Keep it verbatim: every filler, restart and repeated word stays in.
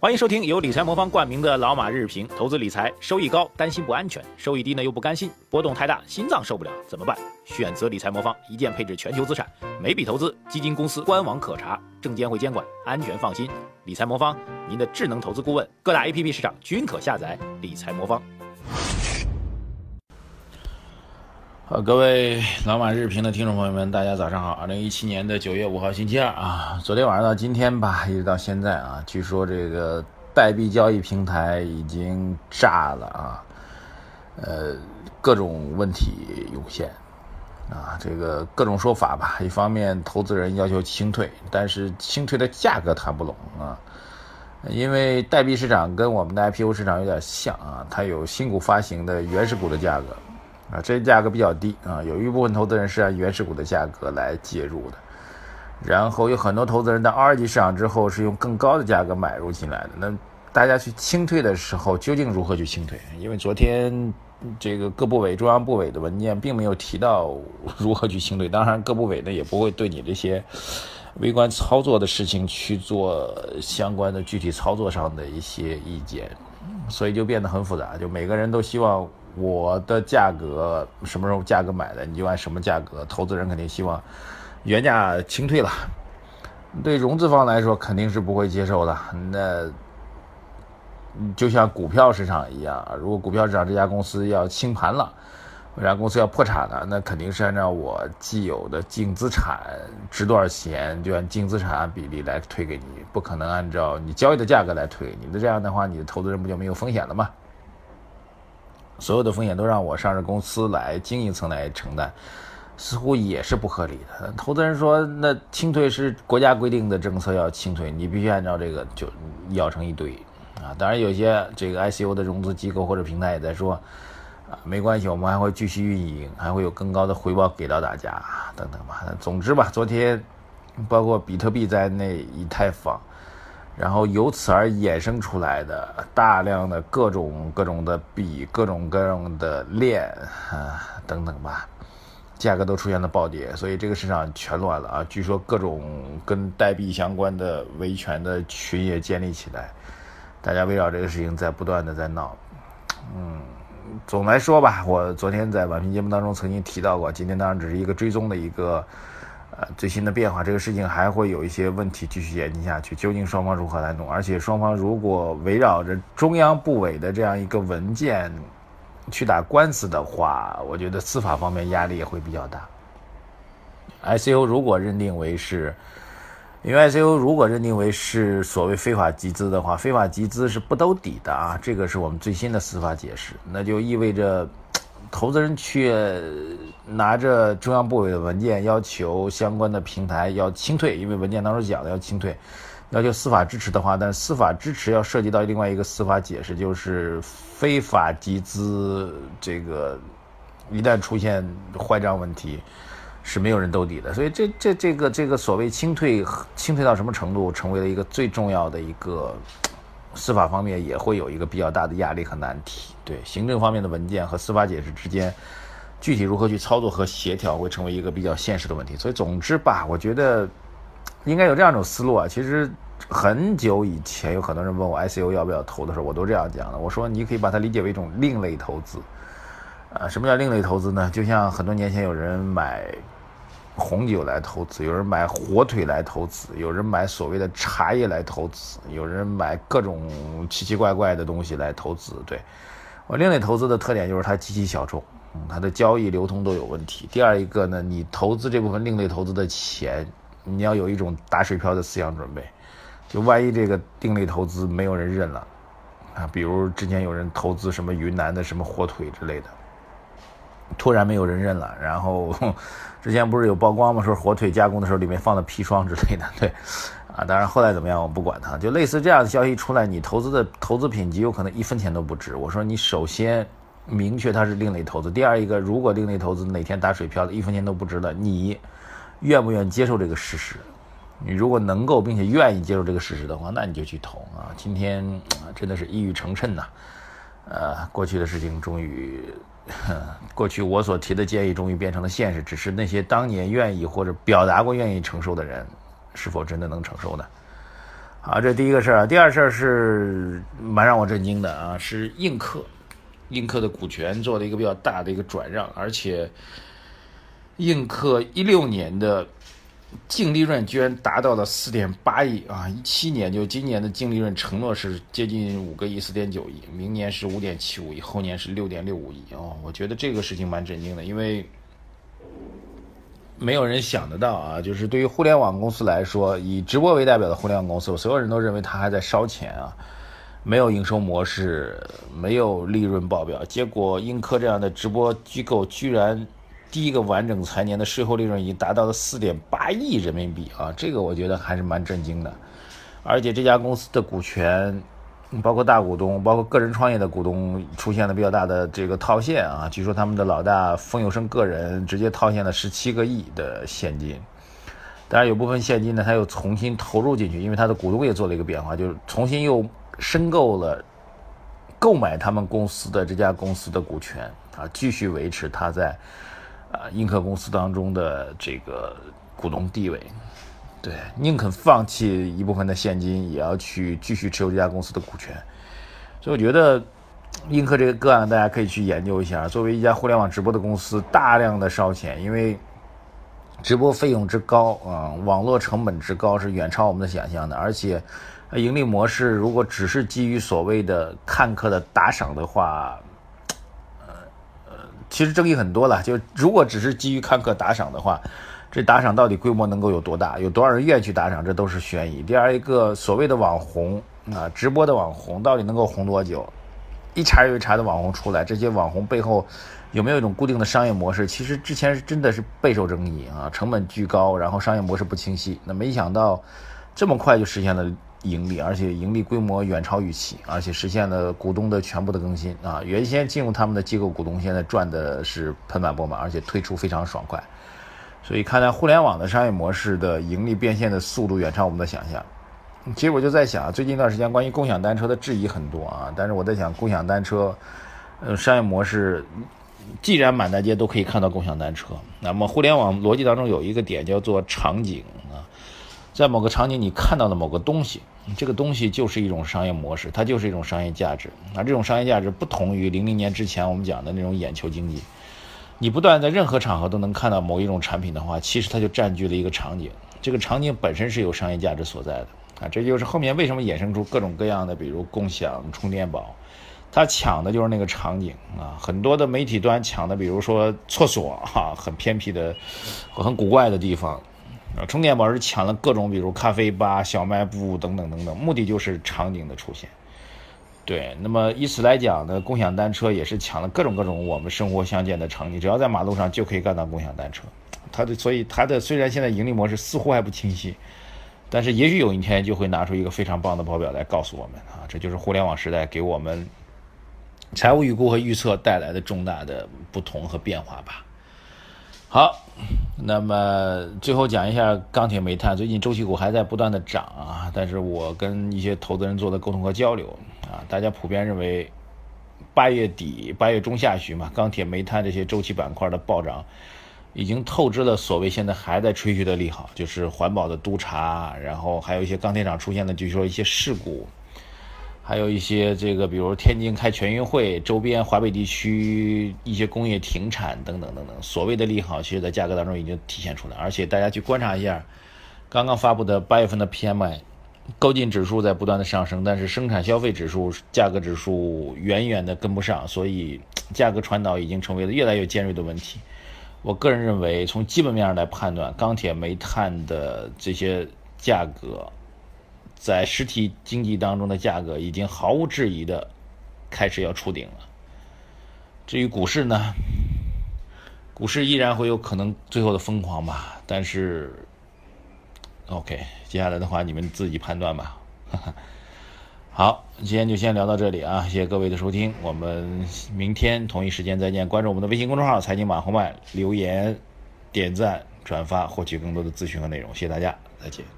欢迎收听由理财魔方冠名的老马日评。投资理财收益高，担心不安全；收益低呢又不甘心，波动太大，心脏受不了，怎么办？选择理财魔方，一键配置全球资产，每笔投资基金公司官网可查，证监会监管，安全放心。理财魔方，您的智能投资顾问，各大 A P P 市场均可下载。理财魔方。好，各位老马日评的听众朋友们，大家早上好。二零一七年的九月五号星期二啊，昨天晚上到今天吧，一直到现在啊，据说这个代币交易平台已经炸了啊，呃，各种问题涌现啊，这个各种说法吧。一方面，投资人要求清退，但是清退的价格谈不拢啊，因为代币市场跟我们的 I P O 市场有点像啊，它有新股发行的原始股的价格。啊，这价格比较低啊，有一部分投资人是按原始股的价格来介入的，然后有很多投资人到二级市场之后是用更高的价格买入进来的。那大家去清退的时候，究竟如何去清退？因为昨天这个各部委、中央部委的文件并没有提到如何去清退，当然各部委呢也不会对你这些微观操作的事情去做相关的具体操作上的一些意见，所以就变得很复杂，就每个人都希望我的价格什么时候价格买的，你就按什么价格。投资人肯定希望原价清退了，对融资方来说肯定是不会接受的。那就像股票市场一样，如果股票市场这家公司要清盘了，这家公司要破产了，那肯定是按照我既有的净资产值多少钱，就按净资产比例来退给你，不可能按照你交易的价格来退给你。那这样的话，你的投资人不就没有风险了吗？所有的风险都让我上市公司来经营层来承担，似乎也是不合理的。投资人说，那清退是国家规定的政策，要清退，你必须按照这个就要成一堆啊。当然，有些这个 I C O 的融资机构或者平台也在说，啊，没关系，我们还会继续运营，还会有更高的回报给到大家等等吧。总之吧，昨天包括比特币在内，以太坊。然后由此而衍生出来的大量的各种各种的币、各种各样的链啊等等吧，价格都出现了暴跌，所以这个市场全乱了啊！据说各种跟代币相关的维权的群也建立起来，大家围绕这个事情在不断的在闹。嗯，总来说吧，我昨天在晚评节目当中曾经提到过，今天当然只是一个追踪的一个。呃，最新的变化，这个事情还会有一些问题继续演进下去，究竟双方如何来弄？而且双方如果围绕着中央部委的这样一个文件去打官司的话，我觉得司法方面压力也会比较大。I C O 如果认定为是，因为 I C O 如果认定为是所谓非法集资的话，非法集资是不兜底的啊，这个是我们最新的司法解释，那就意味着投资人去拿着中央部委的文件要求相关的平台要清退，因为文件当中讲的要清退，要求司法支持的话，但司法支持要涉及到另外一个司法解释，就是非法集资，这个一旦出现坏账问题是没有人兜底的，所以这这这个这个所谓清退清退到什么程度，成为了一个最重要的一个司法方面也会有一个比较大的压力和难题。对行政方面的文件和司法解释之间具体如何去操作和协调会成为一个比较现实的问题。所以总之吧，我觉得应该有这样一种思路啊。其实很久以前有很多人问我 I C O 要不要投的时候，我都这样讲的，我说你可以把它理解为一种另类投资。呃，什么叫另类投资呢？就像很多年前有人买红酒来投资，有人买火腿来投资，有人买所谓的茶叶来投资，有人买各种奇奇怪怪的东西来投资。对，我另类投资的特点就是它极其小众，嗯，它的交易流通都有问题。第二一个呢，你投资这部分另类投资的钱，你要有一种打水漂的思想准备，就万一这个另类投资没有人认了啊，比如之前有人投资什么云南的什么火腿之类的，突然没有人认了，然后之前不是有曝光吗？说火腿加工的时候里面放了砒霜之类的，对，啊，当然后来怎么样我不管它，就类似这样的消息出来，你投资的投资品极有可能一分钱都不值。我说你首先明确它是另类投资，第二一个，如果另类投资哪天打水漂了，一分钱都不值了，你愿不愿意接受这个事实？你如果能够并且愿意接受这个事实的话，那你就去投啊。今天真的是一语成谶呐，呃，过去的事情终于。过去我所提的建议终于变成了现实，只是那些当年愿意或者表达过愿意承受的人，是否真的能承受呢？ 好，这第一个事儿。第二事儿是蛮让我震惊的啊，是映客，映客的股权做了一个比较大的一个转让，而且映客一六年的净利润居然达到了四点八亿啊！一七年就今年的净利润承诺是接近五个亿，四点九亿，明年是五点七五亿，后年是六点六五亿哦。我觉得这个事情蛮震惊的，因为没有人想得到啊，就是对于互联网公司来说，以直播为代表的互联网公司，所有人都认为它还在烧钱啊，没有营收模式，没有利润报表，结果映客这样的直播机构居然第一个完整财年的税后利润已经达到了 四点八亿人民币啊，这个我觉得还是蛮震惊的。而且这家公司的股权包括大股东包括个人创业的股东出现了比较大的这个套现啊，据说他们的老大封有生个人直接套现了十七个亿的现金。当然有部分现金呢他又重新投入进去，因为他的股东也做了一个变化，就是重新又申购了购买他们公司的这家公司的股权啊，继续维持他在啊，映客公司当中的这个股东地位，对，宁肯放弃一部分的现金，也要去继续持有这家公司的股权。所以我觉得映客这个个案大家可以去研究一下。作为一家互联网直播的公司，大量的烧钱，因为直播费用之高啊，网络成本之高是远超我们的想象的。而且盈利模式如果只是基于所谓的看客的打赏的话，其实争议很多了，就如果只是基于看客打赏的话，这打赏到底规模能够有多大，有多少人愿意去打赏，这都是悬疑。第二一个，所谓的网红啊，直播的网红到底能够红多久？一茬又一茬的网红出来，这些网红背后有没有一种固定的商业模式？其实之前真的是备受争议啊，成本巨高，然后商业模式不清晰。那没想到这么快就实现了盈利，而且盈利规模远超预期，而且实现了股东的全部的更新啊！原先进入他们的机构股东，现在赚的是盆满钵满，而且退出非常爽快。所以看来互联网的商业模式的盈利变现的速度远超我们的想象。其实我就在想，最近一段时间关于共享单车的质疑很多啊，但是我在想，共享单车，呃，商业模式，既然满大街都可以看到共享单车，那么互联网逻辑当中有一个点叫做场景啊。在某个场景你看到的某个东西，这个东西就是一种商业模式，它就是一种商业价值。而这种商业价值不同于零零年之前我们讲的那种眼球经济，你不断在任何场合都能看到某一种产品的话，其实它就占据了一个场景，这个场景本身是有商业价值所在的啊。这就是后面为什么衍生出各种各样的比如共享充电宝，它抢的就是那个场景啊。很多的媒体端抢的比如说厕所啊，很偏僻的很古怪的地方，充电宝是抢了各种比如咖啡吧、小卖部等等等等，目的就是场景的出现。对，那么以此来讲呢，共享单车也是抢了各种各种我们生活相见的场景，只要在马路上就可以干到共享单车。它的所以它的虽然现在盈利模式似乎还不清晰，但是也许有一天就会拿出一个非常棒的报表来告诉我们啊，这就是互联网时代给我们财务预估和预测带来的重大的不同和变化吧。好，那么最后讲一下钢铁煤炭，最近周期股还在不断的涨啊，但是我跟一些投资人做的沟通和交流啊，大家普遍认为八月底八月中下旬嘛，钢铁煤炭这些周期板块的暴涨已经透支了所谓现在还在吹嘘的利好，就是环保的督查，然后还有一些钢铁厂出现的据说一些事故，还有一些这个比如天津开全运会周边华北地区一些工业停产等等等等，所谓的利好其实在价格当中已经体现出来。而且大家去观察一下刚刚发布的八月份的 P M I 购进指数在不断的上升，但是生产消费指数价格指数远远的跟不上，所以价格传导已经成为了越来越尖锐的问题。我个人认为从基本面上来判断，钢铁煤炭的这些价格在实体经济当中的价格已经毫无质疑的开始要触顶了。至于股市呢，股市依然会有可能最后的疯狂吧，但是 OK 接下来的话你们自己判断吧。好，今天就先聊到这里啊，谢谢各位的收听，我们明天同一时间再见。关注我们的微信公众号财经马红漫，留言点赞转发获取更多的资讯和内容，谢谢大家，再见。